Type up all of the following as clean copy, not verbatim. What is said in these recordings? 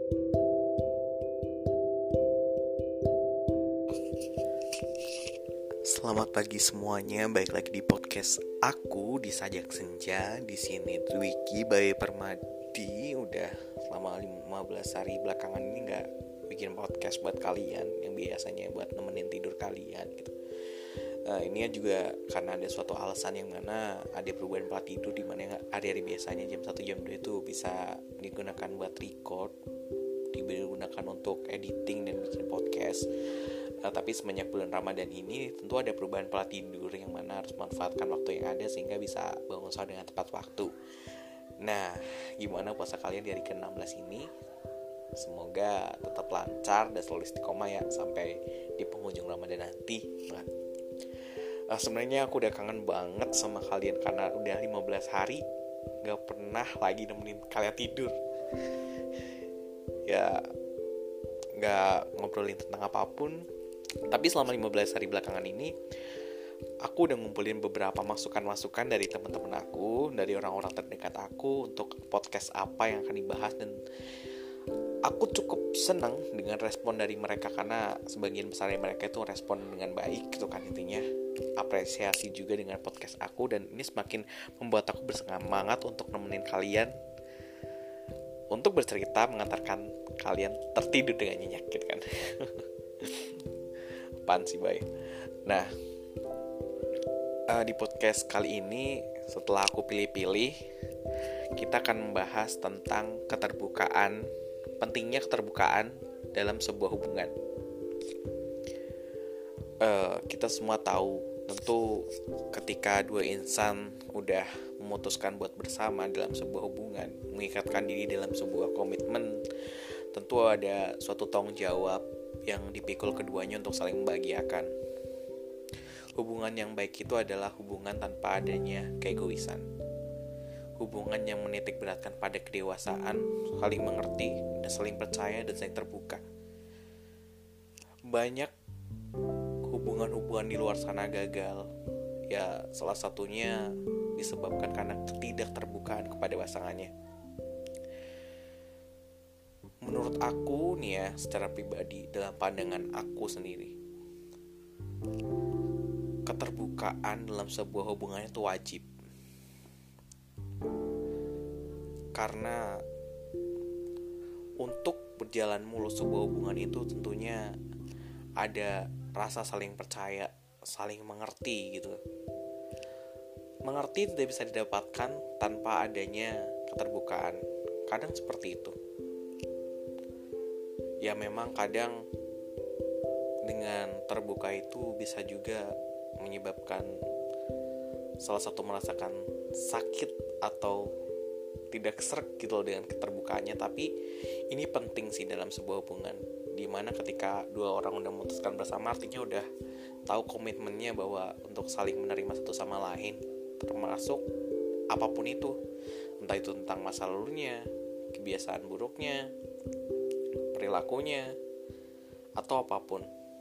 Selamat pagi semuanya, balik lagi di podcast aku di Sajak Senja. Di sini Dwiki by Permadi. Udah selama 15 hari belakangan ini nggak bikin podcast buat kalian yang biasanya buat nemenin tidur kalian gitu. Ini juga karena ada suatu alasan yang mana ada perubahan pola tidur, di mana hari-hari biasanya jam 1 jam 2 itu bisa digunakan buat record, digunakan untuk editing dan bikin podcast. Tapi semenjak bulan Ramadan ini tentu ada perubahan pola tidur yang mana harus manfaatkan waktu yang ada sehingga bisa bangun sahur dengan tepat waktu. Nah, gimana puasa kalian di hari ke-16 ini? Semoga tetap lancar dan selalu istiqomah ya sampai di penghujung Ramadan nanti. Sebenarnya aku udah kangen banget sama kalian karena udah 15 hari gak pernah lagi nemenin kalian tidur. Ya, gak ngobrolin tentang apapun. Tapi selama 15 hari belakangan ini aku udah ngumpulin beberapa masukan-masukan dari teman-teman aku, dari orang-orang terdekat aku untuk podcast apa yang akan dibahas, dan aku cukup senang dengan respon dari mereka karena sebagian besar dari mereka itu respon dengan baik gitu kan, intinya apresiasi juga dengan podcast aku, dan ini semakin membuat aku bersemangat untuk nemenin kalian untuk bercerita, mengantarkan kalian tertidur dengan nyenyak gitu kan. Apaan sih, Bay? Nah, di podcast kali ini setelah aku pilih-pilih, kita akan membahas tentang keterbukaan, pentingnya keterbukaan dalam sebuah hubungan. Kita semua tahu, tentu ketika dua insan udah memutuskan buat bersama dalam sebuah hubungan, mengikatkan diri dalam sebuah komitmen, tentu ada suatu tanggung jawab yang dipikul keduanya untuk saling membahagiakan. Hubungan yang baik itu adalah hubungan tanpa adanya keegoisan. Hubungan yang menitik beratkan pada kedewasaan, saling mengerti, dan saling percaya dan saling terbuka. Banyak hubungan-hubungan di luar sana gagal. Ya, salah satunya disebabkan karena ketidakterbukaan kepada pasangannya. Menurut aku nih ya, secara pribadi, dalam pandangan aku sendiri, keterbukaan dalam sebuah hubungan itu wajib. Karena untuk berjalan mulus sebuah hubungan itu tentunya ada rasa saling percaya, saling mengerti gitu. Mengerti tidak bisa didapatkan tanpa adanya keterbukaan. Kadang seperti itu. Ya memang kadang dengan terbuka itu bisa juga menyebabkan salah satu merasakan sakit atau tidak sreg gitu loh dengan keterbukaannya. Tapi ini penting sih dalam sebuah hubungan, dimana ketika dua orang udah memutuskan bersama, artinya udah tahu komitmennya bahwa untuk saling menerima satu sama lain, termasuk apapun itu, entah itu tentang masa lalunya, kebiasaan buruknya, perilakunya, atau apapun.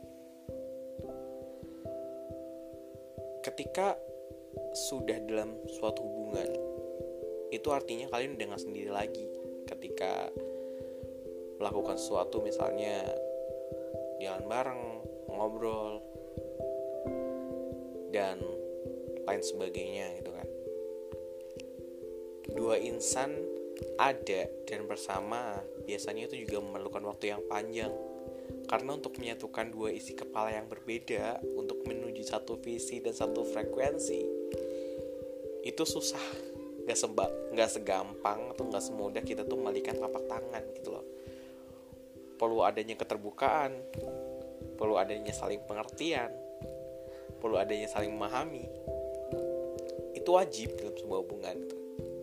Ketika sudah dalam suatu hubungan, itu artinya kalian udah gak sendiri lagi. Ketika melakukan sesuatu, misalnya jalan bareng, ngobrol, dan lain sebagainya gitu kan. Dua insan ada dan bersama biasanya itu juga memerlukan waktu yang panjang, karena untuk menyatukan dua isi kepala yang berbeda untuk menuju satu visi dan satu frekuensi itu susah, gak segampang atau gak semudah kita tuh membalikan telapak tangan gitu loh. Perlu adanya keterbukaan, perlu adanya saling pengertian, perlu adanya saling memahami. Itu wajib dalam sebuah hubungan gitu.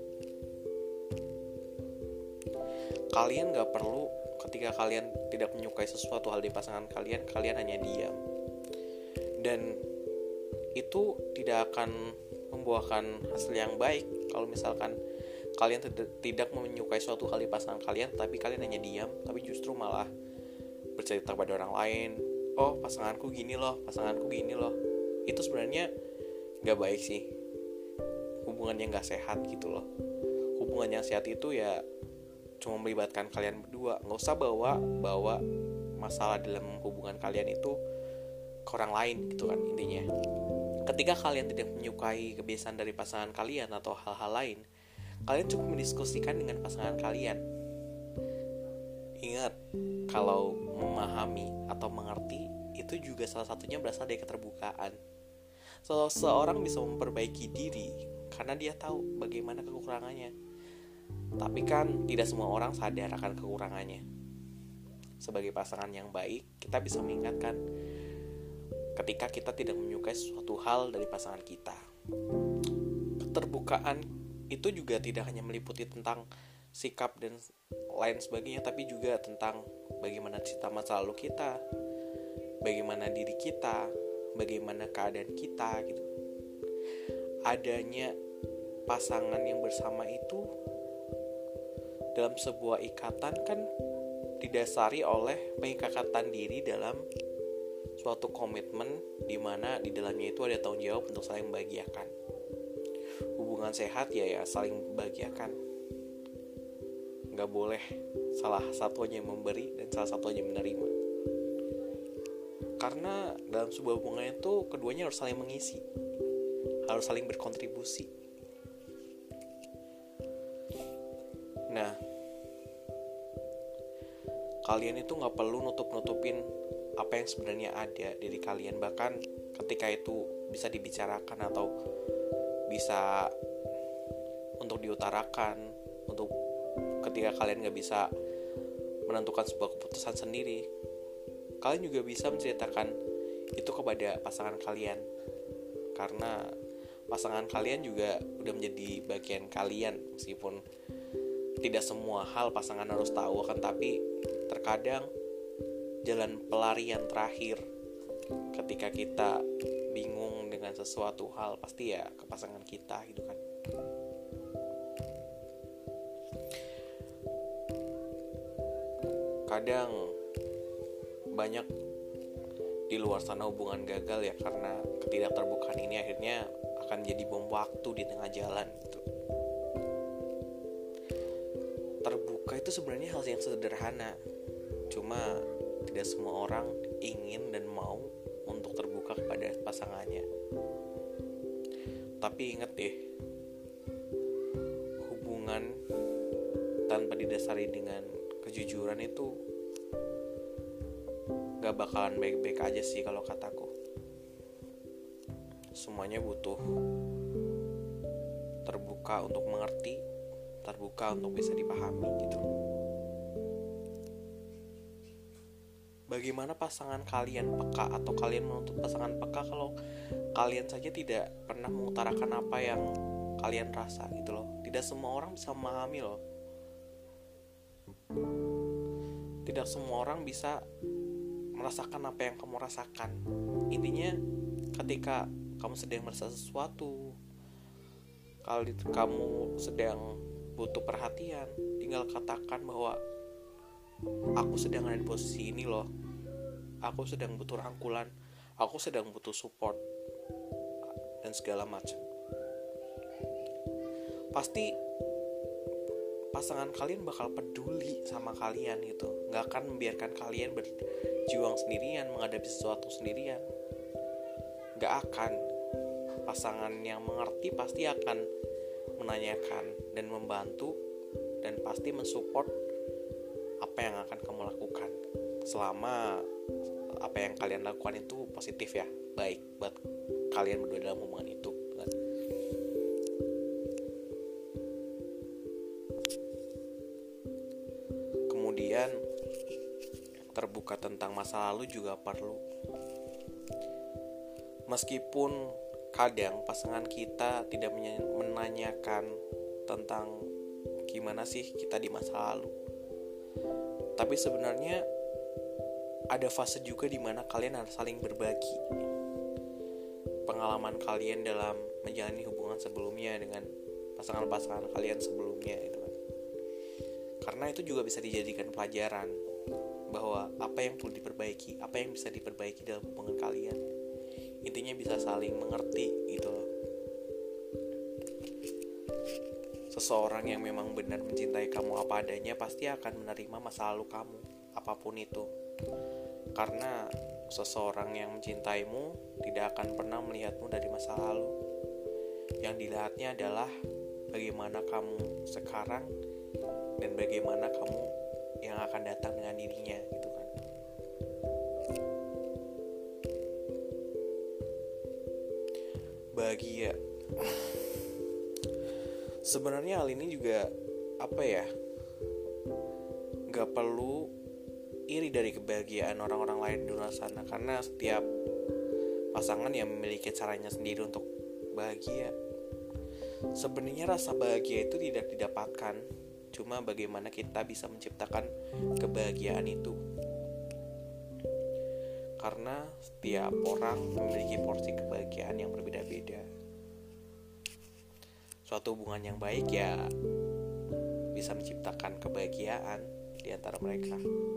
Kalian gak perlu, ketika kalian tidak menyukai sesuatu hal di pasangan kalian, kalian hanya diam. Dan itu tidak akan membuahkan hasil yang baik kalau misalkan kalian tidak menyukai suatu hal di pasangan kalian, tapi kalian hanya diam, tapi justru malah bercerita pada orang lain, oh pasanganku gini loh. Itu sebenarnya gak baik sih. Hubungan yang gak sehat gitu loh. Hubungan yang sehat itu ya cuma melibatkan kalian berdua. Nggak usah bawa masalah dalam hubungan kalian itu ke orang lain gitu kan. Intinya ketika kalian tidak menyukai kebiasaan dari pasangan kalian atau hal-hal lain, kalian cukup mendiskusikan dengan pasangan kalian. Ingat, kalau memahami atau mengerti itu juga salah satunya berasal dari keterbukaan. Seseorang bisa memperbaiki diri karena dia tahu bagaimana kekurangannya. Tapi kan tidak semua orang sadar akan kekurangannya. Sebagai pasangan yang baik, kita bisa mengingatkan ketika kita tidak menyukai sesuatu hal dari pasangan kita. Keterbukaan itu juga tidak hanya meliputi tentang sikap dan lain sebagainya, tapi juga tentang bagaimana cerita masa lalu kita, bagaimana diri kita, bagaimana keadaan kita gitu. Adanya pasangan yang bersama itu dalam sebuah ikatan kan didasari oleh pengikatan diri dalam suatu komitmen di mana di dalamnya itu ada tanggung jawab untuk saling membahagiakan. Hubungan sehat ya saling membahagiakan. Nggak boleh salah satunya yang memberi dan salah satunya yang menerima. Karena dalam sebuah hubungan itu keduanya harus saling mengisi, harus saling berkontribusi. Nah, kalian itu nggak perlu nutup-nutupin apa yang sebenarnya ada dari kalian. Bahkan ketika itu bisa dibicarakan atau bisa untuk diutarakan, untuk ketika kalian nggak bisa menentukan sebuah keputusan sendiri, kalian juga bisa menceritakan itu kepada pasangan kalian. Karena pasangan kalian juga udah menjadi bagian kalian. Meskipun tidak semua hal pasangan harus tahu, akan tapi terkadang jalan pelarian terakhir ketika kita bingung dengan sesuatu hal pasti ya ke pasangan kita gitu kan. Kadang banyak di luar sana hubungan gagal ya karena ketidakterbukaan ini akhirnya akan jadi bom waktu di tengah jalan gitu. Terbuka itu sebenarnya hal yang sederhana, cuma tidak semua orang ingin dan mau untuk terbuka kepada pasangannya. Tapi ingat deh, hubungan tanpa didasari dengan kejujuran itu gak bakalan baik-baik aja sih kalau kataku. Semuanya butuh terbuka untuk mengerti, terbuka untuk bisa dipahami gitu. Bagaimana pasangan kalian peka atau kalian menuntut pasangan peka kalau kalian saja tidak pernah mengutarakan apa yang kalian rasa gitu loh. Tidak semua orang bisa memahami loh. Tidak semua orang bisa merasakan apa yang kamu rasakan. Intinya ketika kamu sedang merasa sesuatu, kalau kamu sedang butuh perhatian, tinggal katakan bahwa aku sedang ada di posisi ini loh, aku sedang butuh rangkulan, aku sedang butuh support dan segala macam. Pasti pasangan kalian bakal peduli sama kalian gitu, nggak akan membiarkan kalian berjuang sendirian, menghadapi sesuatu sendirian. Nggak akan. Pasangan yang mengerti pasti akan menanyakan dan membantu dan pasti mensupport apa yang akan kamu lakukan selama apa yang kalian lakukan itu positif ya, baik buat kalian berdua dalam hubungan itu. Kemudian terbuka tentang masa lalu juga perlu. Meskipun kadang pasangan kita tidak menanyakan tentang gimana sih kita di masa lalu, tapi sebenarnya ada fase juga di mana kalian harus saling berbagi pengalaman kalian dalam menjalani hubungan sebelumnya dengan pasangan-pasangan kalian sebelumnya gitu kan. Karena itu juga bisa dijadikan pelajaran bahwa apa yang perlu diperbaiki, apa yang bisa diperbaiki dalam hubungan kalian. Intinya bisa saling mengerti gitu loh. seseorang yang memang benar mencintai kamu apa adanya pasti akan menerima masa lalu kamu, apapun itu. Karena seseorang yang mencintaimu tidak akan pernah melihatmu dari masa lalu. Yang dilihatnya adalah bagaimana kamu sekarang dan bagaimana kamu yang akan datang dengan dirinya, gitu kan. Bahagia. Sebenarnya hal ini juga nggak perlu iri dari kebahagiaan orang-orang lain di luar sana, karena setiap pasangan yang memiliki caranya sendiri untuk bahagia. Sebenarnya rasa bahagia itu tidak didapatkan, cuma bagaimana kita bisa menciptakan kebahagiaan itu. Karena setiap orang memiliki porsi kebahagiaan yang berbeda-beda. Suatu hubungan yang baik ya bisa menciptakan kebahagiaan di antara mereka.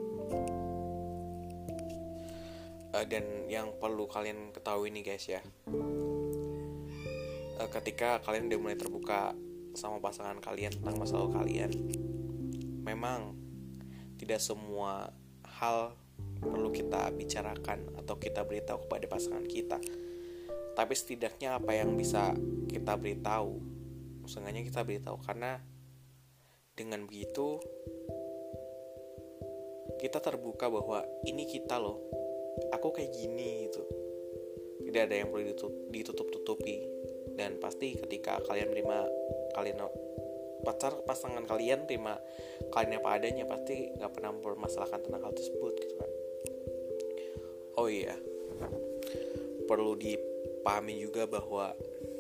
Dan yang perlu kalian ketahui nih guys ya, ketika kalian udah mulai terbuka sama pasangan kalian tentang masa lalu kalian, memang tidak semua hal perlu kita bicarakan atau kita beritahu kepada pasangan kita. Tapi setidaknya apa yang bisa kita beritahu, seenggaknya kita beritahu, karena dengan begitu kita terbuka bahwa ini kita loh, aku kayak gini gitu. Tidak ada yang perlu ditutup-tutupi. Dan pasti ketika kalian pasangan kalian terima kalian apa adanya, pasti gak pernah mempermasalahkan tentang hal tersebut gitu kan. Oh iya, perlu dipahami juga bahwa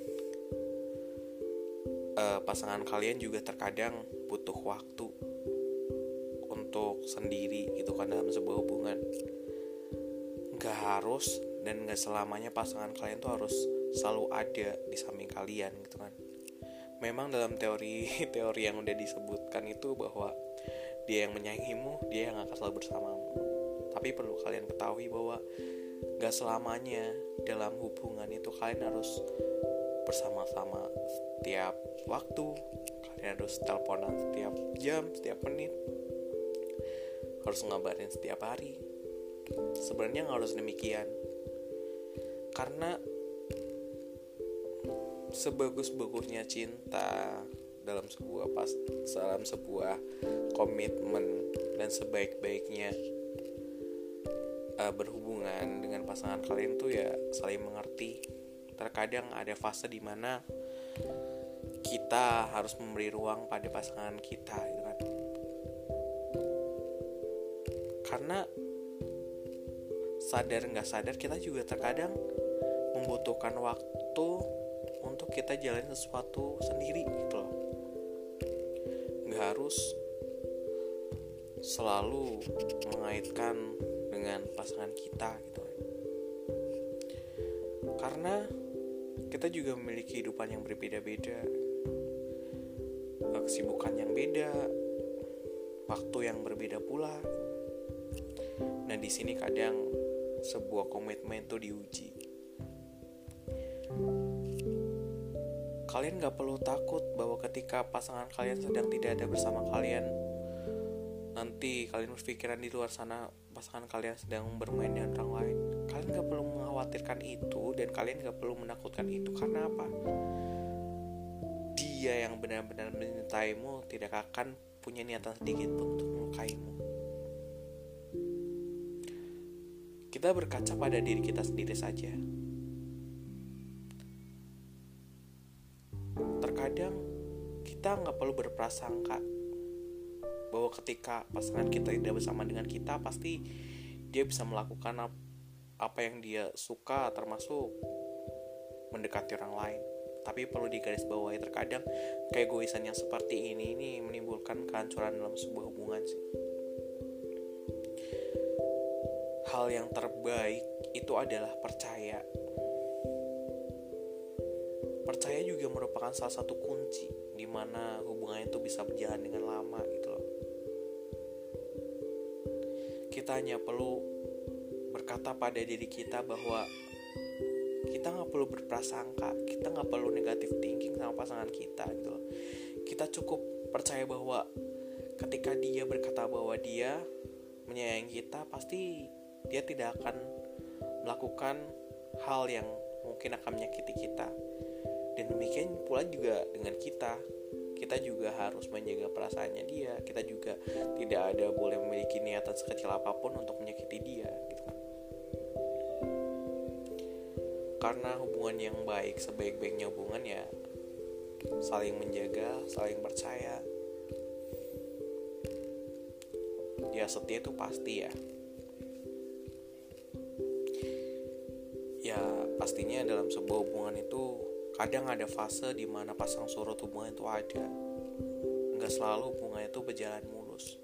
pasangan kalian juga terkadang butuh waktu untuk sendiri gitu kan dalam sebuah hubungan. Gak harus dan gak selamanya pasangan kalian tuh harus selalu ada di samping kalian gitu kan. Memang dalam teori yang udah disebutkan itu bahwa dia yang menyayangimu, dia yang akan selalu bersamamu. Tapi perlu kalian ketahui bahwa gak selamanya dalam hubungan itu kalian harus bersama-sama setiap waktu. Kalian harus teleponan setiap jam, setiap menit, harus ngabarin setiap hari. Sebenarnya gak harus demikian. Karena sebagus-bagusnya cinta dalam sebuah komitmen dan sebaik-baiknya berhubungan dengan pasangan kalian tuh ya saling mengerti. Terkadang ada fase di mana kita harus memberi ruang pada pasangan kita gitu kan. Karena sadar nggak sadar kita juga terkadang membutuhkan waktu untuk kita jalanin sesuatu sendiri gitu loh. Nggak harus selalu mengaitkan dengan pasangan kita gitu. Karena kita juga memiliki kehidupan yang berbeda-beda, kesibukan yang beda, waktu yang berbeda pula. Nah di sini kadang sebuah komitmen itu diuji. Kalian gak perlu takut bahwa ketika pasangan kalian sedang tidak ada bersama kalian, nanti kalian berpikiran di luar sana pasangan kalian sedang bermain dengan orang lain. Kalian gak perlu mengkhawatirkan itu, dan kalian gak perlu menakutkan itu. Karena apa? Dia yang benar-benar mencintaimu tidak akan punya niatan sedikit pun untuk melukaimu. Kita berkaca pada diri kita sendiri saja. Terkadang kita gak perlu berprasangka bahwa ketika pasangan kita tidak bersama dengan kita, pasti dia bisa melakukan apa yang dia suka, termasuk mendekati orang lain. Tapi perlu digarisbawahi, terkadang keegoisan yang seperti ini menimbulkan kehancuran dalam sebuah hubungan sih. Hal yang terbaik itu adalah percaya. Percaya juga merupakan salah satu kunci di mana hubungan itu bisa berjalan dengan lama gitu loh. Kita hanya perlu berkata pada diri kita bahwa kita gak perlu berprasangka, kita gak perlu negative thinking sama pasangan kita gitu loh. kita cukup percaya bahwa ketika dia berkata bahwa dia menyayangi kita, pasti dia tidak akan melakukan hal yang mungkin akan menyakiti kita. Dan demikian pula juga dengan kita. Kita juga harus menjaga perasaannya dia. Kita juga tidak ada boleh memiliki niatan sekecil apapun untuk menyakiti dia, gitu kan. Karena hubungan yang baik, sebaik-baiknya hubungan ya saling menjaga, saling percaya. Ya setia itu pasti ya. Ya pastinya dalam sebuah hubungan itu kadang ada fase di mana pasang surut hubungan itu ada. Nggak selalu hubungan itu berjalan mulus.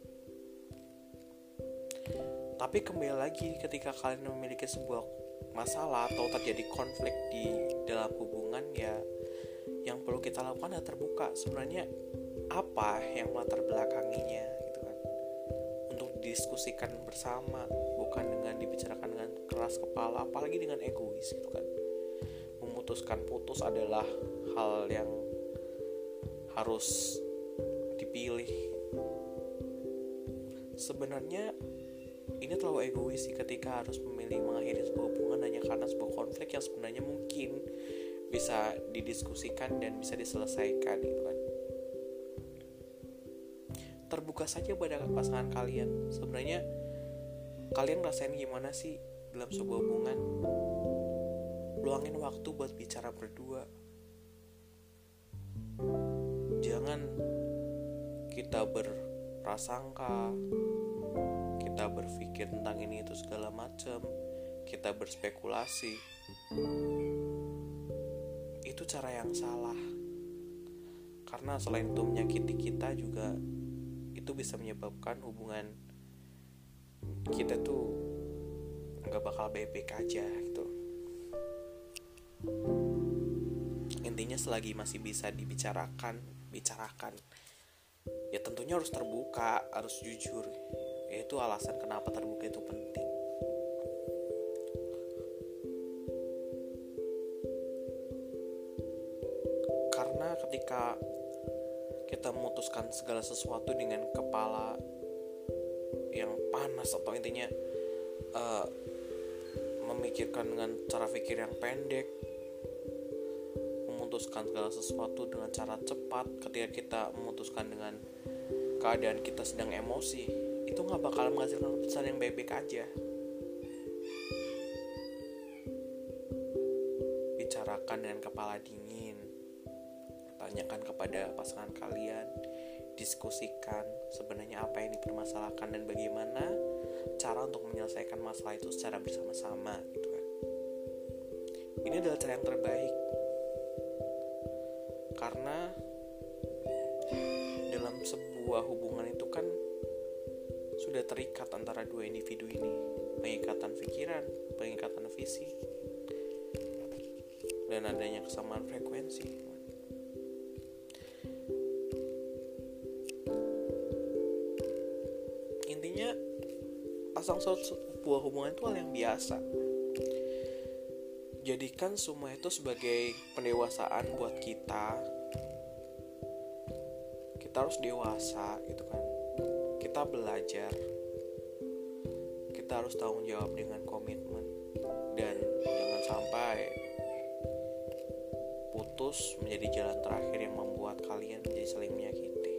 Tapi kembali lagi ketika kalian memiliki sebuah masalah atau terjadi konflik di dalam hubungan, ya yang perlu kita lakukan adalah terbuka. Sebenarnya apa yang melatar belakanginya gitu kan. Untuk didiskusikan bersama, bukan dengan dibicarakan dengan keras kepala, apalagi dengan egois gitu kan. Memutuskan putus adalah hal yang harus dipilih. Sebenarnya ini terlalu egois sih ketika harus memilih mengakhiri sebuah hubungan hanya karena sebuah konflik yang sebenarnya mungkin bisa didiskusikan dan bisa diselesaikan gitu kan. Terbuka saja pada pasangan kalian. Sebenarnya kalian rasain gimana sih dalam sebuah hubungan? Luangin waktu buat bicara berdua. Jangan kita berprasangka, kita berpikir tentang ini itu segala macam, kita berspekulasi. Itu cara yang salah. Karena selain itu menyakiti kita juga, itu bisa menyebabkan hubungan kita tuh gak bakal baik-baik aja gitu. Intinya selagi masih bisa bicarakan. Ya tentunya harus terbuka, harus jujur. Itu alasan kenapa terbuka itu penting. Karena ketika kita memutuskan segala sesuatu dengan kepala yang panas, atau intinya memikirkan dengan cara pikir yang pendek, memutuskan segala sesuatu dengan cara cepat, ketika kita memutuskan dengan keadaan kita sedang emosi, itu gak bakal menghasilkan keputusan yang baik-baik aja. Bicarakan dengan kepala dingin, tanyakan kepada pasangan kalian, diskusikan sebenarnya apa yang dipermasalahkan dan bagaimana cara untuk menyelesaikan masalah itu secara bersama-sama gitu kan. Ini adalah cara yang terbaik. Karena dalam sebuah hubungan itu kan sudah terikat antara dua individu ini, pengikatan pikiran, pengikatan visi, dan adanya kesamaan frekuensi. Intinya pasang surut sebuah hubungan itu hal yang biasa. Jadikan semua itu sebagai pendewasaan buat kita. Kita harus dewasa gitu kan. Kita belajar. Kita harus tanggung jawab dengan komitmen. Dan jangan sampai putus menjadi jalan terakhir yang membuat kalian menjadi saling menyakiti.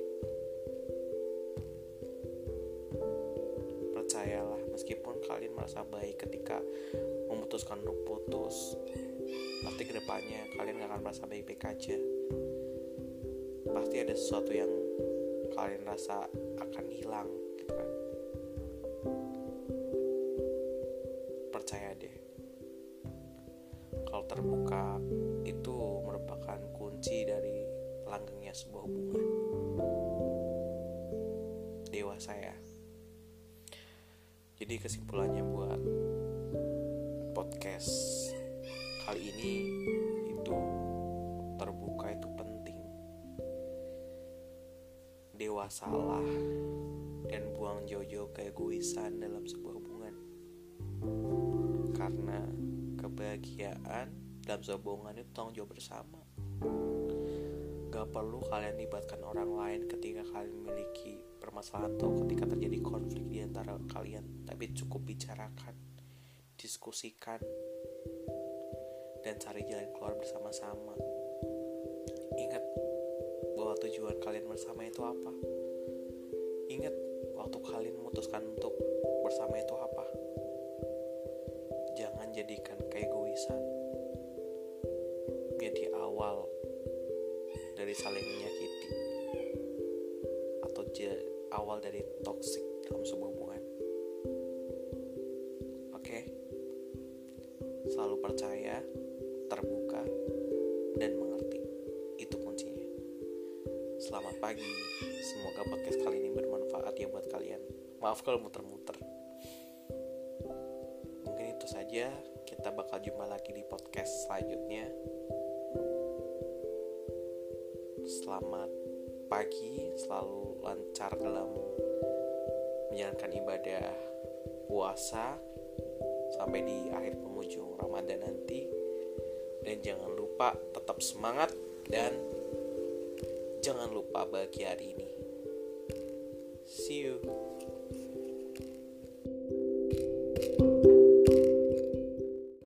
Percayalah, meskipun kalian merasa baik ketika memutuskan untuk putus, pasti kedepannya kalian gak akan merasa baik-baik aja. Pasti ada sesuatu yang kalian rasa akan hilang gitu kan. Percaya deh, kalau terbuka itu merupakan kunci dari langgengnya sebuah hubungan. Dewasa ya. Jadi kesimpulannya buat podcast kali ini itu terbuka itu penting. Dewasalah dan buang jauh-jauh keegoisan dalam sebuah hubungan. Karena kebahagiaan dalam sebuah hubungan itu tanggung jawab bersama. Gak perlu kalian libatkan orang lain ketika kalian memiliki permasalahan atau ketika terjadi konflik di antara kalian. Tapi cukup bicarakan, diskusikan, dan cari jalan keluar bersama-sama. Ingat bahwa tujuan kalian bersama itu apa. Ingat waktu kalian memutuskan untuk bersama itu apa. Jangan jadikan keegoisan menjadi awal dari saling menyakiti atau awal dari toksik dalam sebuah hubungan. Oke? Selalu percaya, terbuka, dan mengerti. Itu kuncinya. Selamat pagi. Semoga podcast kali ini bermanfaat ya buat kalian. Maaf kalau muter-muter. Mungkin itu saja. Kita bakal jumpa lagi di podcast selanjutnya. Selamat pagi, selalu lancar dalam menjalankan ibadah puasa sampai di akhir penghujung Ramadan nanti. Dan jangan lupa tetap semangat dan jangan lupa bahagia hari ini. See you.